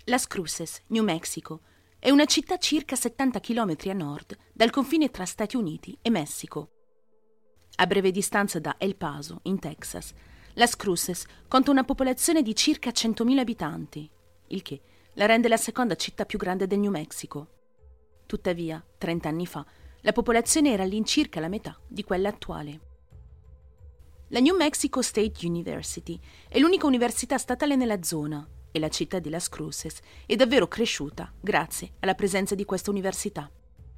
Las Cruces, New Mexico, è una città circa 70 km a nord dal confine tra Stati Uniti e Messico. A breve distanza da El Paso, in Texas, Las Cruces conta una popolazione di circa 100.000 abitanti, il che la rende la seconda città più grande del New Mexico. Tuttavia, 30 anni fa, la popolazione era all'incirca la metà di quella attuale. La New Mexico State University è l'unica università statale nella zona e la città di Las Cruces è davvero cresciuta grazie alla presenza di questa università.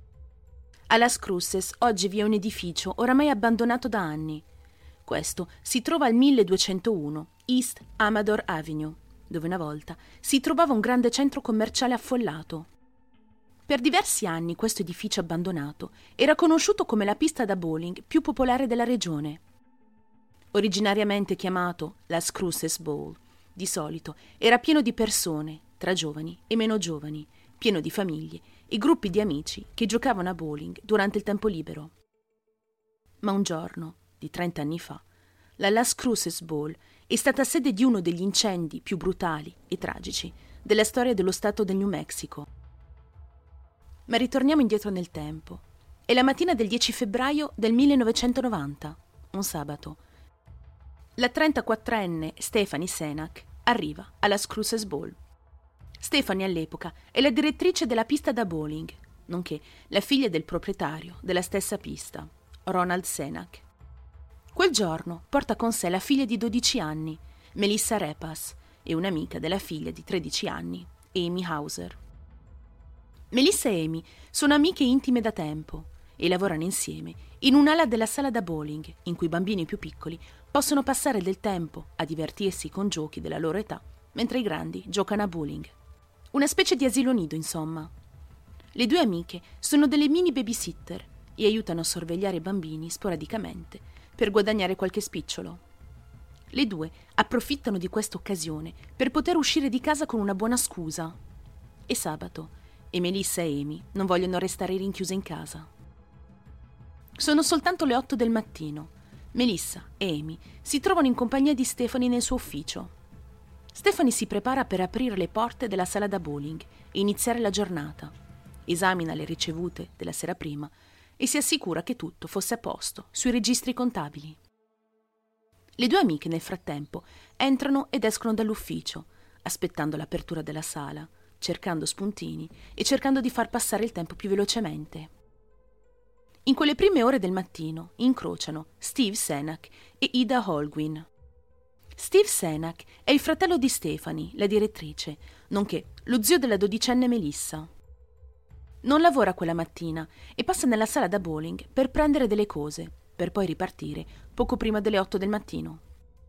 A Las Cruces oggi vi è un edificio oramai abbandonato da anni. Questo si trova al 1201 East Amador Avenue, dove una volta si trovava un grande centro commerciale affollato. Per diversi anni questo edificio abbandonato era conosciuto come la pista da bowling più popolare della regione. Originariamente chiamato Las Cruces Bowl, di solito era pieno di persone, tra giovani e meno giovani, pieno di famiglie e gruppi di amici che giocavano a bowling durante il tempo libero. Ma un giorno, di 30 anni fa, la Las Cruces Bowl è stata sede di uno degli incendi più brutali e tragici della storia dello stato del New Mexico. Ma ritorniamo indietro nel tempo. È la mattina del 10 febbraio del 1990, un sabato. La 34enne Stephanie Senak arriva alla Las Cruces Bowl. Stephanie all'epoca è la direttrice della pista da bowling, nonché la figlia del proprietario della stessa pista, Ronald Senak. Quel giorno porta con sé la figlia di 12 anni, Melissa Repas, e un'amica della figlia di 13 anni, Amy Hauser. Melissa e Amy sono amiche intime da tempo e lavorano insieme in un'ala della sala da bowling in cui i bambini più piccoli possono passare del tempo a divertirsi con giochi della loro età mentre i grandi giocano a bowling. Una specie di asilo nido, insomma. Le due amiche sono delle mini babysitter e aiutano a sorvegliare i bambini sporadicamente per guadagnare qualche spicciolo. Le due approfittano di questa occasione per poter uscire di casa con una buona scusa. È sabato e Melissa e Amy non vogliono restare rinchiuse in casa. Sono soltanto le 8 del mattino. Melissa e Amy si trovano in compagnia di Stephanie nel suo ufficio. Stephanie si prepara per aprire le porte della sala da bowling e iniziare la giornata. Esamina le ricevute della sera prima e si assicura che tutto fosse a posto sui registri contabili. Le due amiche nel frattempo entrano ed escono dall'ufficio, aspettando l'apertura della sala, cercando spuntini e cercando di far passare il tempo più velocemente. In quelle prime ore del mattino incrociano Steve Senak e Ida Holguin. Steve Senak è il fratello di Stephanie, la direttrice, nonché lo zio della 12enne Melissa. Non lavora quella mattina e passa nella sala da bowling per prendere delle cose, per poi ripartire poco prima delle 8 del mattino.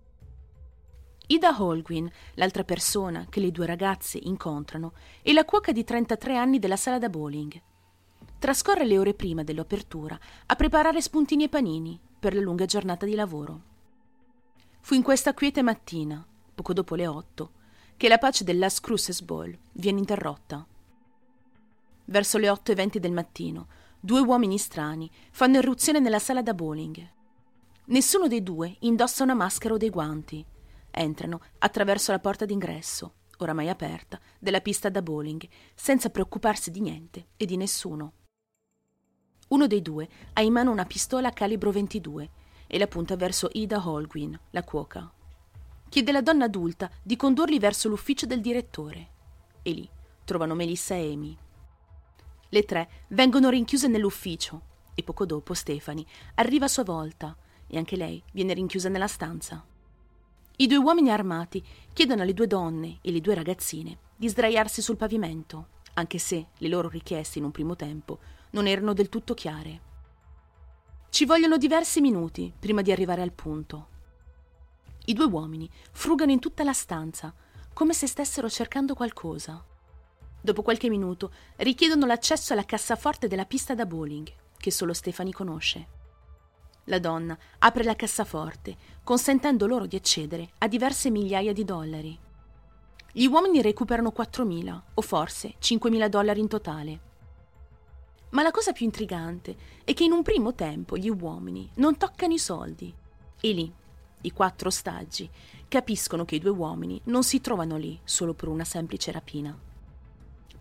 Ida Holguin, l'altra persona che le due ragazze incontrano, è la cuoca di 33 anni della sala da bowling. Trascorre le ore prima dell'apertura a preparare spuntini e panini per la lunga giornata di lavoro. Fu in questa quiete mattina, poco dopo le 8, che la pace del Las Cruces Bowl viene interrotta. Verso le 8:20 del mattino, due uomini strani fanno irruzione nella sala da bowling. Nessuno dei due indossa una maschera o dei guanti. Entrano attraverso la porta d'ingresso, oramai aperta, della pista da bowling, senza preoccuparsi di niente e di nessuno. Uno dei due ha in mano una pistola a calibro 22 e la punta verso Ida Holguin, la cuoca. Chiede alla donna adulta di condurli verso l'ufficio del direttore e lì trovano Melissa e Amy. Le tre vengono rinchiuse nell'ufficio e poco dopo Stephanie arriva a sua volta e anche lei viene rinchiusa nella stanza. I due uomini armati chiedono alle due donne e le due ragazzine di sdraiarsi sul pavimento, anche se le loro richieste in un primo tempo non erano del tutto chiare. Ci vogliono diversi minuti prima di arrivare al punto. I due uomini frugano in tutta la stanza, come se stessero cercando qualcosa. Dopo qualche minuto richiedono l'accesso alla cassaforte della pista da bowling, che solo Stephanie conosce. La donna apre la cassaforte, consentendo loro di accedere a diverse migliaia di dollari. Gli uomini recuperano 4.000 o forse 5.000 dollari in totale. Ma la cosa più intrigante è che in un primo tempo gli uomini non toccano i soldi. E lì, i 4 ostaggi capiscono che i due uomini non si trovano lì solo per una semplice rapina,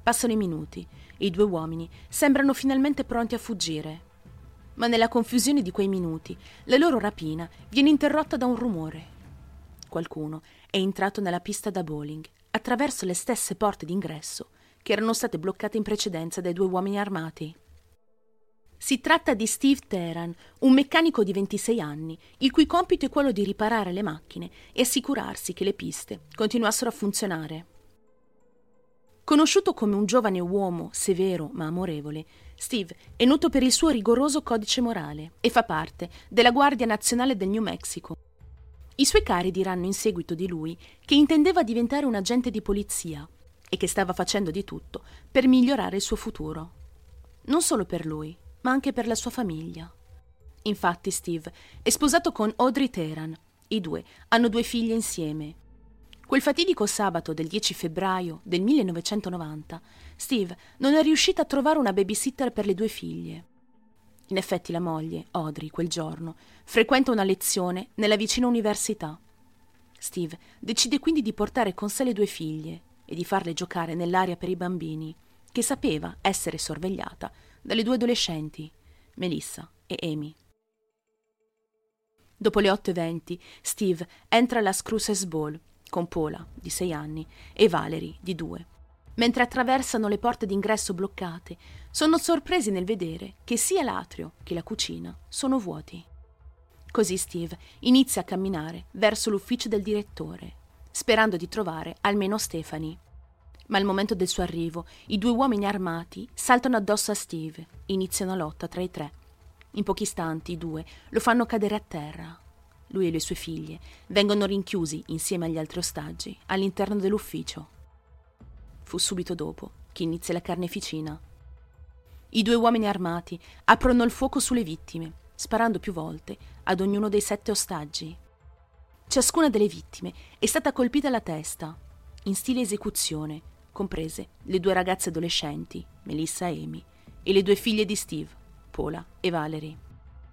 Passano i minuti e i due uomini sembrano finalmente pronti a fuggire. Ma nella confusione di quei minuti, la loro rapina viene interrotta da un rumore. Qualcuno è entrato nella pista da bowling attraverso le stesse porte d'ingresso che erano state bloccate in precedenza dai due uomini armati. Si tratta di Steve Teran, un meccanico di 26 anni, il cui compito è quello di riparare le macchine e assicurarsi che le piste continuassero a funzionare. Conosciuto come un giovane uomo severo ma amorevole, Steve è noto per il suo rigoroso codice morale e fa parte della Guardia Nazionale del New Mexico. I suoi cari diranno in seguito di lui che intendeva diventare un agente di polizia e che stava facendo di tutto per migliorare il suo futuro. Non solo per lui, ma anche per la sua famiglia. Infatti Steve è sposato con Audrey Teran. I due hanno 2 figlie insieme. Quel fatidico sabato del 10 febbraio del 1990, Steve non è riuscito a trovare una babysitter per le 2 figlie. In effetti la moglie, Audrey, quel giorno, frequenta una lezione nella vicina università. Steve decide quindi di portare con sé le 2 figlie e di farle giocare nell'area per i bambini, che sapeva essere sorvegliata dalle 2 adolescenti, Melissa e Amy. Dopo le 8:20, Steve entra alla Cruces Ball con Paula, di 6 anni, e Valerie, di 2. Mentre attraversano le porte d'ingresso bloccate, sono sorpresi nel vedere che sia l'atrio che la cucina sono vuoti. Così Steve inizia a camminare verso l'ufficio del direttore, sperando di trovare almeno Stephanie. Ma al momento del suo arrivo, i 2 uomini armati saltano addosso a Steve e iniziano la lotta tra i 3. In pochi istanti i 2 lo fanno cadere a terra. Lui e le sue figlie vengono rinchiusi insieme agli altri ostaggi all'interno dell'ufficio. Fu subito dopo che inizia la carneficina. I 2 uomini armati aprono il fuoco sulle vittime, sparando più volte ad ognuno dei 7 ostaggi. Ciascuna delle vittime è stata colpita alla testa, in stile esecuzione, comprese le 2 ragazze adolescenti, Melissa e Amy, e le 2 figlie di Steve, Paula e Valerie.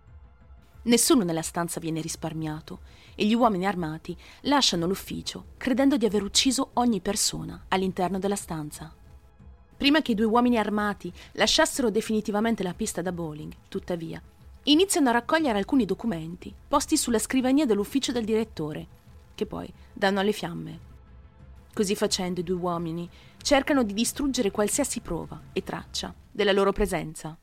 Nessuno nella stanza viene risparmiato e gli uomini armati lasciano l'ufficio credendo di aver ucciso ogni persona all'interno della stanza. Prima che i 2 uomini armati lasciassero definitivamente la pista da bowling, tuttavia, iniziano a raccogliere alcuni documenti posti sulla scrivania dell'ufficio del direttore, che poi danno alle fiamme. Così facendo i 2 uomini cercano di distruggere qualsiasi prova e traccia della loro presenza.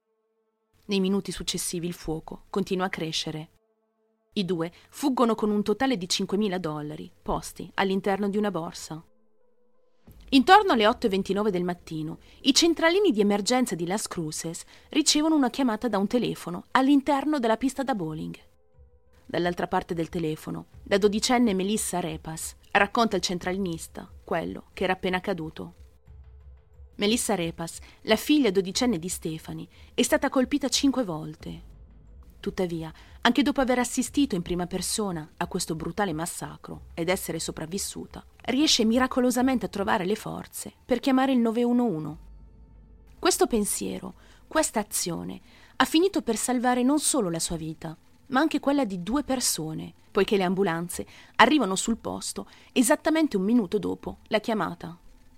Nei minuti successivi il fuoco continua a crescere. I 2 fuggono con un totale di $5.000 posti all'interno di una borsa. Intorno alle 8:29 del mattino, i centralini di emergenza di Las Cruces ricevono una chiamata da un telefono all'interno della pista da bowling. Dall'altra parte del telefono, la 12enne Melissa Repas racconta al centralinista quello che era appena accaduto. Melissa Repas, la figlia 12enne di Stephanie, è stata colpita 5 volte. Tuttavia, anche dopo aver assistito in prima persona a questo brutale massacro ed essere sopravvissuta, riesce miracolosamente a trovare le forze per chiamare il 911. Questo pensiero, questa azione, ha finito per salvare non solo la sua vita, ma anche quella di 2 persone, poiché le ambulanze arrivano sul posto esattamente 1 minuto dopo la chiamata.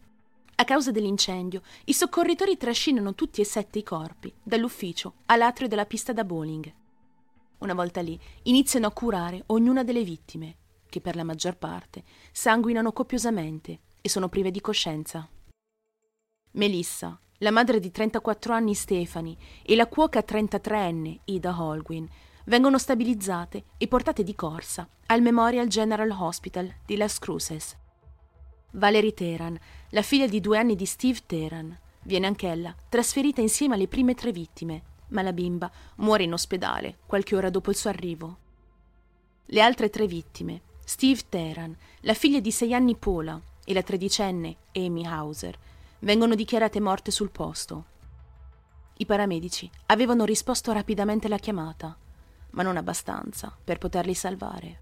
A causa dell'incendio, i soccorritori trascinano tutti e 7 i corpi dall'ufficio all'atrio della pista da bowling. Una volta lì, iniziano a curare ognuna delle vittime, che per la maggior parte sanguinano copiosamente e sono prive di coscienza. Melissa, la madre di 34 anni Stephanie e la cuoca 33enne Ida Holguin vengono stabilizzate e portate di corsa al Memorial General Hospital di Las Cruces. Valerie Teran, la figlia di 2 anni di Steve Teran, viene anch'ella trasferita insieme alle prime 3 vittime, ma la bimba muore in ospedale qualche ora dopo il suo arrivo. Le altre 3 vittime, Steve Teran, la figlia di 6 anni Paula e la 13enne Amy Hauser, vengono dichiarate morte sul posto. I paramedici avevano risposto rapidamente alla chiamata, ma non abbastanza per poterli salvare.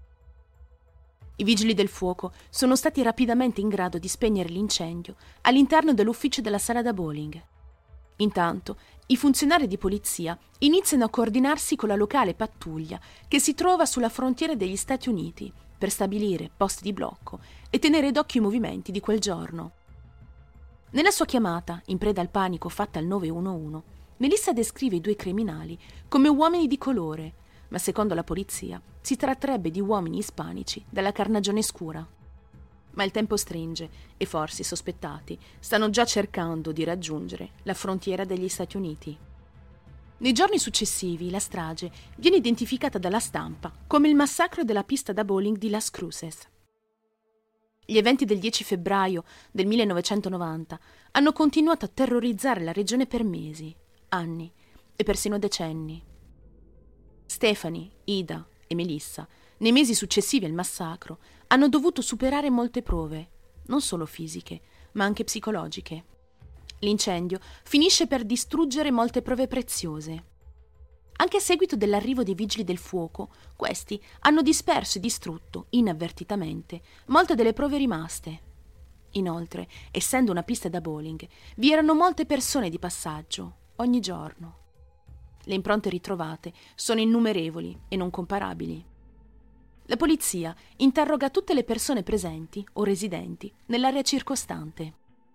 I vigili del fuoco sono stati rapidamente in grado di spegnere l'incendio all'interno dell'ufficio della sala da bowling. Intanto, i funzionari di polizia iniziano a coordinarsi con la locale pattuglia che si trova sulla frontiera degli Stati Uniti per stabilire posti di blocco e tenere d'occhio i movimenti di quel giorno. Nella sua chiamata, in preda al panico fatta al 911, Melissa descrive i due criminali come uomini di colore, ma secondo la polizia si tratterebbe di uomini ispanici dalla carnagione scura. Ma il tempo stringe e forse i sospettati stanno già cercando di raggiungere la frontiera degli Stati Uniti. Nei giorni successivi la strage viene identificata dalla stampa come il massacro della pista da bowling di Las Cruces. Gli eventi del 10 febbraio del 1990 hanno continuato a terrorizzare la regione per mesi, anni e persino decenni. Stephanie, Ida e Melissa, nei mesi successivi al massacro, hanno dovuto superare molte prove, non solo fisiche, ma anche psicologiche. L'incendio finisce per distruggere molte prove preziose. Anche a seguito dell'arrivo dei vigili del fuoco, questi hanno disperso e distrutto, inavvertitamente, molte delle prove rimaste. Inoltre, essendo una pista da bowling, vi erano molte persone di passaggio, ogni giorno. Le impronte ritrovate sono innumerevoli e non comparabili. La polizia interroga tutte le persone presenti o residenti nell'area circostante.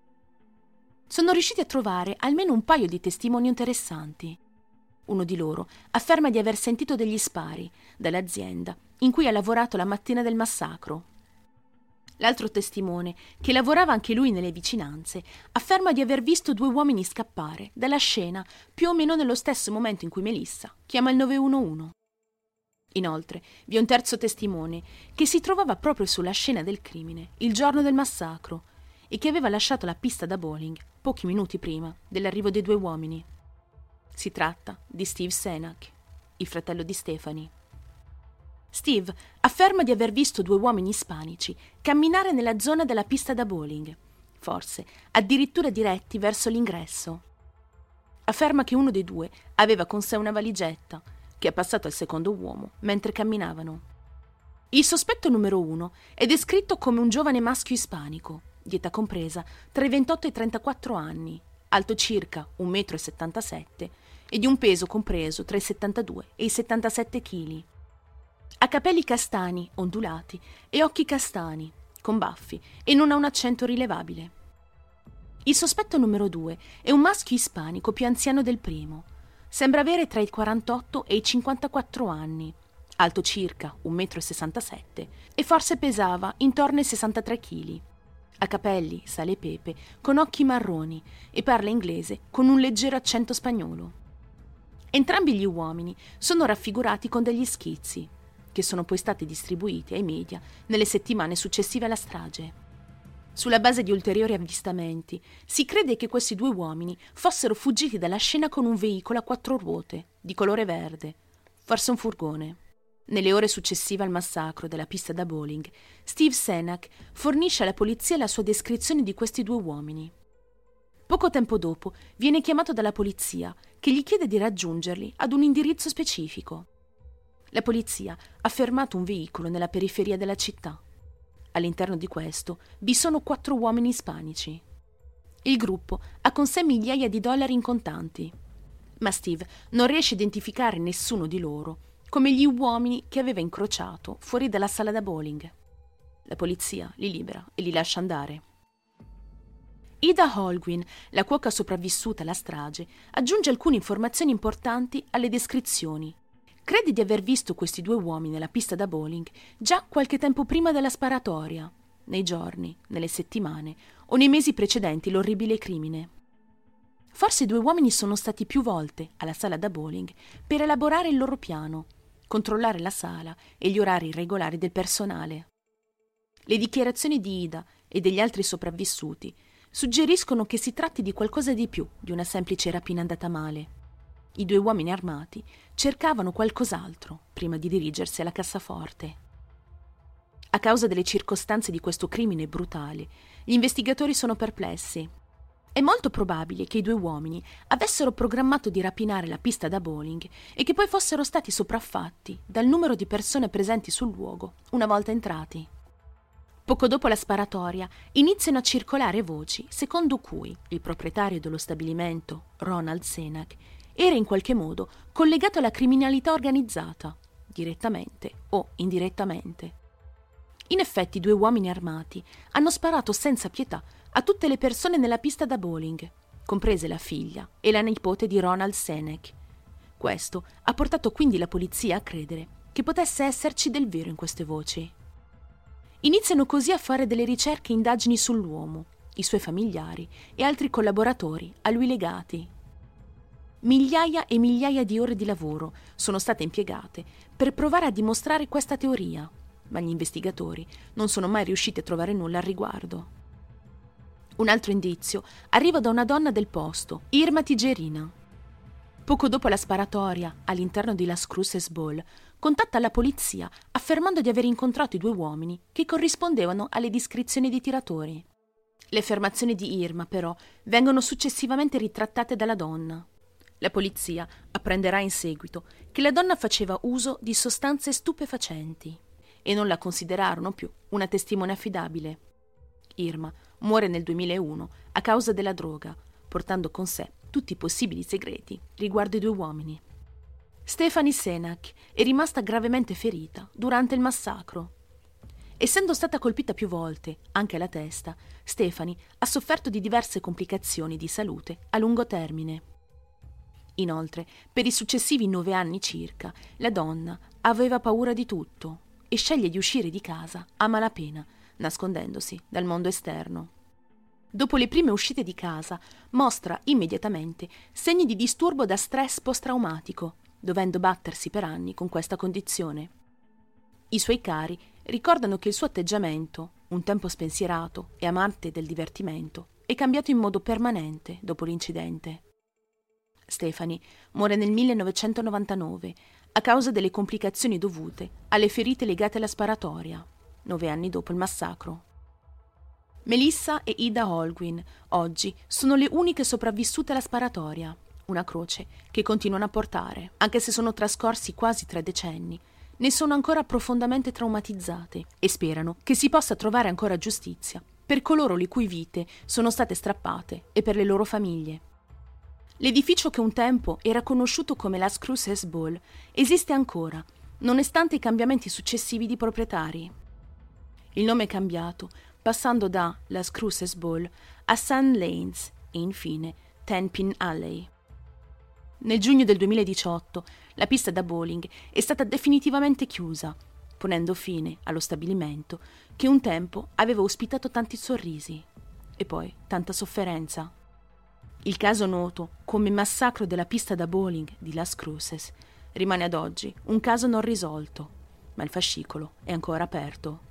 Sono riusciti a trovare almeno un paio di testimoni interessanti. Uno di loro afferma di aver sentito degli spari dall'azienda in cui ha lavorato la mattina del massacro. L'altro testimone, che lavorava anche lui nelle vicinanze, afferma di aver visto due uomini scappare dalla scena più o meno nello stesso momento in cui Melissa chiama il 911. Inoltre, vi è un terzo testimone che si trovava proprio sulla scena del crimine il giorno del massacro e che aveva lasciato la pista da bowling pochi minuti prima dell'arrivo dei due uomini. Si tratta di Steve Senak, il fratello di Stephanie. Steve afferma di aver visto due uomini ispanici camminare nella zona della pista da bowling, forse addirittura diretti verso l'ingresso. Afferma che uno dei due aveva con sé una valigetta, che è passato al secondo uomo mentre camminavano. Il sospetto numero 1 è descritto come un giovane maschio ispanico, di età compresa tra i 28 e i 34 anni, alto circa 1,77 m e di un peso compreso tra i 72 e i 77 kg. Ha capelli castani, ondulati, e occhi castani, con baffi, e non ha un accento rilevabile. Il sospetto numero 2 è un maschio ispanico più anziano del primo. Sembra avere tra i 48 e i 54 anni, alto circa 1,67 m e forse pesava intorno ai 63 kg. Ha capelli, sale e pepe, con occhi marroni e parla inglese con un leggero accento spagnolo. Entrambi gli uomini sono raffigurati con degli schizzi, che sono poi stati distribuiti ai media nelle settimane successive alla strage. Sulla base di ulteriori avvistamenti, si crede che questi due uomini fossero fuggiti dalla scena con un veicolo a 4 ruote, di colore verde, forse un furgone. Nelle ore successive al massacro della pista da bowling, Steve Senak fornisce alla polizia la sua descrizione di questi due uomini. Poco tempo dopo viene chiamato dalla polizia, che gli chiede di raggiungerli ad un indirizzo specifico. La polizia ha fermato un veicolo nella periferia della città. All'interno di questo vi sono 4 uomini ispanici. Il gruppo ha con sé migliaia di dollari in contanti, ma Steve non riesce a identificare nessuno di loro come gli uomini che aveva incrociato fuori dalla sala da bowling. La polizia li libera e li lascia andare. Ida Holguin, la cuoca sopravvissuta alla strage, aggiunge alcune informazioni importanti alle descrizioni. Crede di aver visto questi due uomini nella pista da bowling già qualche tempo prima della sparatoria, nei giorni, nelle settimane o nei mesi precedenti l'orribile crimine. Forse i due uomini sono stati più volte alla sala da bowling per elaborare il loro piano, controllare la sala e gli orari irregolari del personale. Le dichiarazioni di Ida e degli altri sopravvissuti suggeriscono che si tratti di qualcosa di più di una semplice rapina andata male. I due uomini armati cercavano qualcos'altro prima di dirigersi alla cassaforte. A causa delle circostanze di questo crimine brutale, gli investigatori sono perplessi. È molto probabile che i due uomini avessero programmato di rapinare la pista da bowling e che poi fossero stati sopraffatti dal numero di persone presenti sul luogo una volta entrati. Poco dopo la sparatoria iniziano a circolare voci secondo cui il proprietario dello stabilimento, Ronald Senak, era in qualche modo collegato alla criminalità organizzata, direttamente o indirettamente. In effetti 2 uomini armati hanno sparato senza pietà a tutte le persone nella pista da bowling, comprese la figlia e la nipote di Ronald Senek. Questo ha portato quindi la polizia a credere che potesse esserci del vero in queste voci. Iniziano così a fare delle ricerche e indagini sull'uomo, i suoi familiari e altri collaboratori a lui legati. Migliaia e migliaia di ore di lavoro sono state impiegate per provare a dimostrare questa teoria, ma gli investigatori non sono mai riusciti a trovare nulla al riguardo. Un altro indizio arriva da una donna del posto, Irma Tigerina. Poco dopo la sparatoria all'interno di Las Cruces Bowl, contatta la polizia affermando di aver incontrato i 2 uomini che corrispondevano alle descrizioni dei tiratori. Le affermazioni di Irma, però, vengono successivamente ritrattate dalla donna. La polizia apprenderà in seguito che la donna faceva uso di sostanze stupefacenti e non la considerarono più una testimone affidabile. Irma muore nel 2001 a causa della droga, portando con sé tutti i possibili segreti riguardo i 2 uomini. Stephanie Senak è rimasta gravemente ferita durante il massacro. Essendo stata colpita più volte, anche alla testa, Stephanie ha sofferto di diverse complicazioni di salute a lungo termine. Inoltre, per i successivi 9 anni circa, la donna aveva paura di tutto e sceglie di uscire di casa a malapena, nascondendosi dal mondo esterno. Dopo le prime uscite di casa, mostra immediatamente segni di disturbo da stress post-traumatico, dovendo battersi per anni con questa condizione. I suoi cari ricordano che il suo atteggiamento, un tempo spensierato e amante del divertimento, è cambiato in modo permanente dopo l'incidente. Stephanie muore nel 1999 a causa delle complicazioni dovute alle ferite legate alla sparatoria, 9 anni dopo il massacro. Melissa e Ida Holguin oggi sono le uniche sopravvissute alla sparatoria, una croce che continuano a portare, anche se sono trascorsi quasi 3 decenni. Ne sono ancora profondamente traumatizzate e sperano che si possa trovare ancora giustizia per coloro le cui vite sono state strappate e per le loro famiglie. L'edificio che un tempo era conosciuto come Las Cruces Bowl esiste ancora, nonostante i cambiamenti successivi di proprietari. Il nome è cambiato, passando da Las Cruces Bowl a Sand Lanes e infine Tenpin Alley. Nel giugno del 2018 la pista da bowling è stata definitivamente chiusa, ponendo fine allo stabilimento che un tempo aveva ospitato tanti sorrisi e poi tanta sofferenza. Il caso noto come massacro della pista da bowling di Las Cruces rimane ad oggi un caso non risolto, ma il fascicolo è ancora aperto.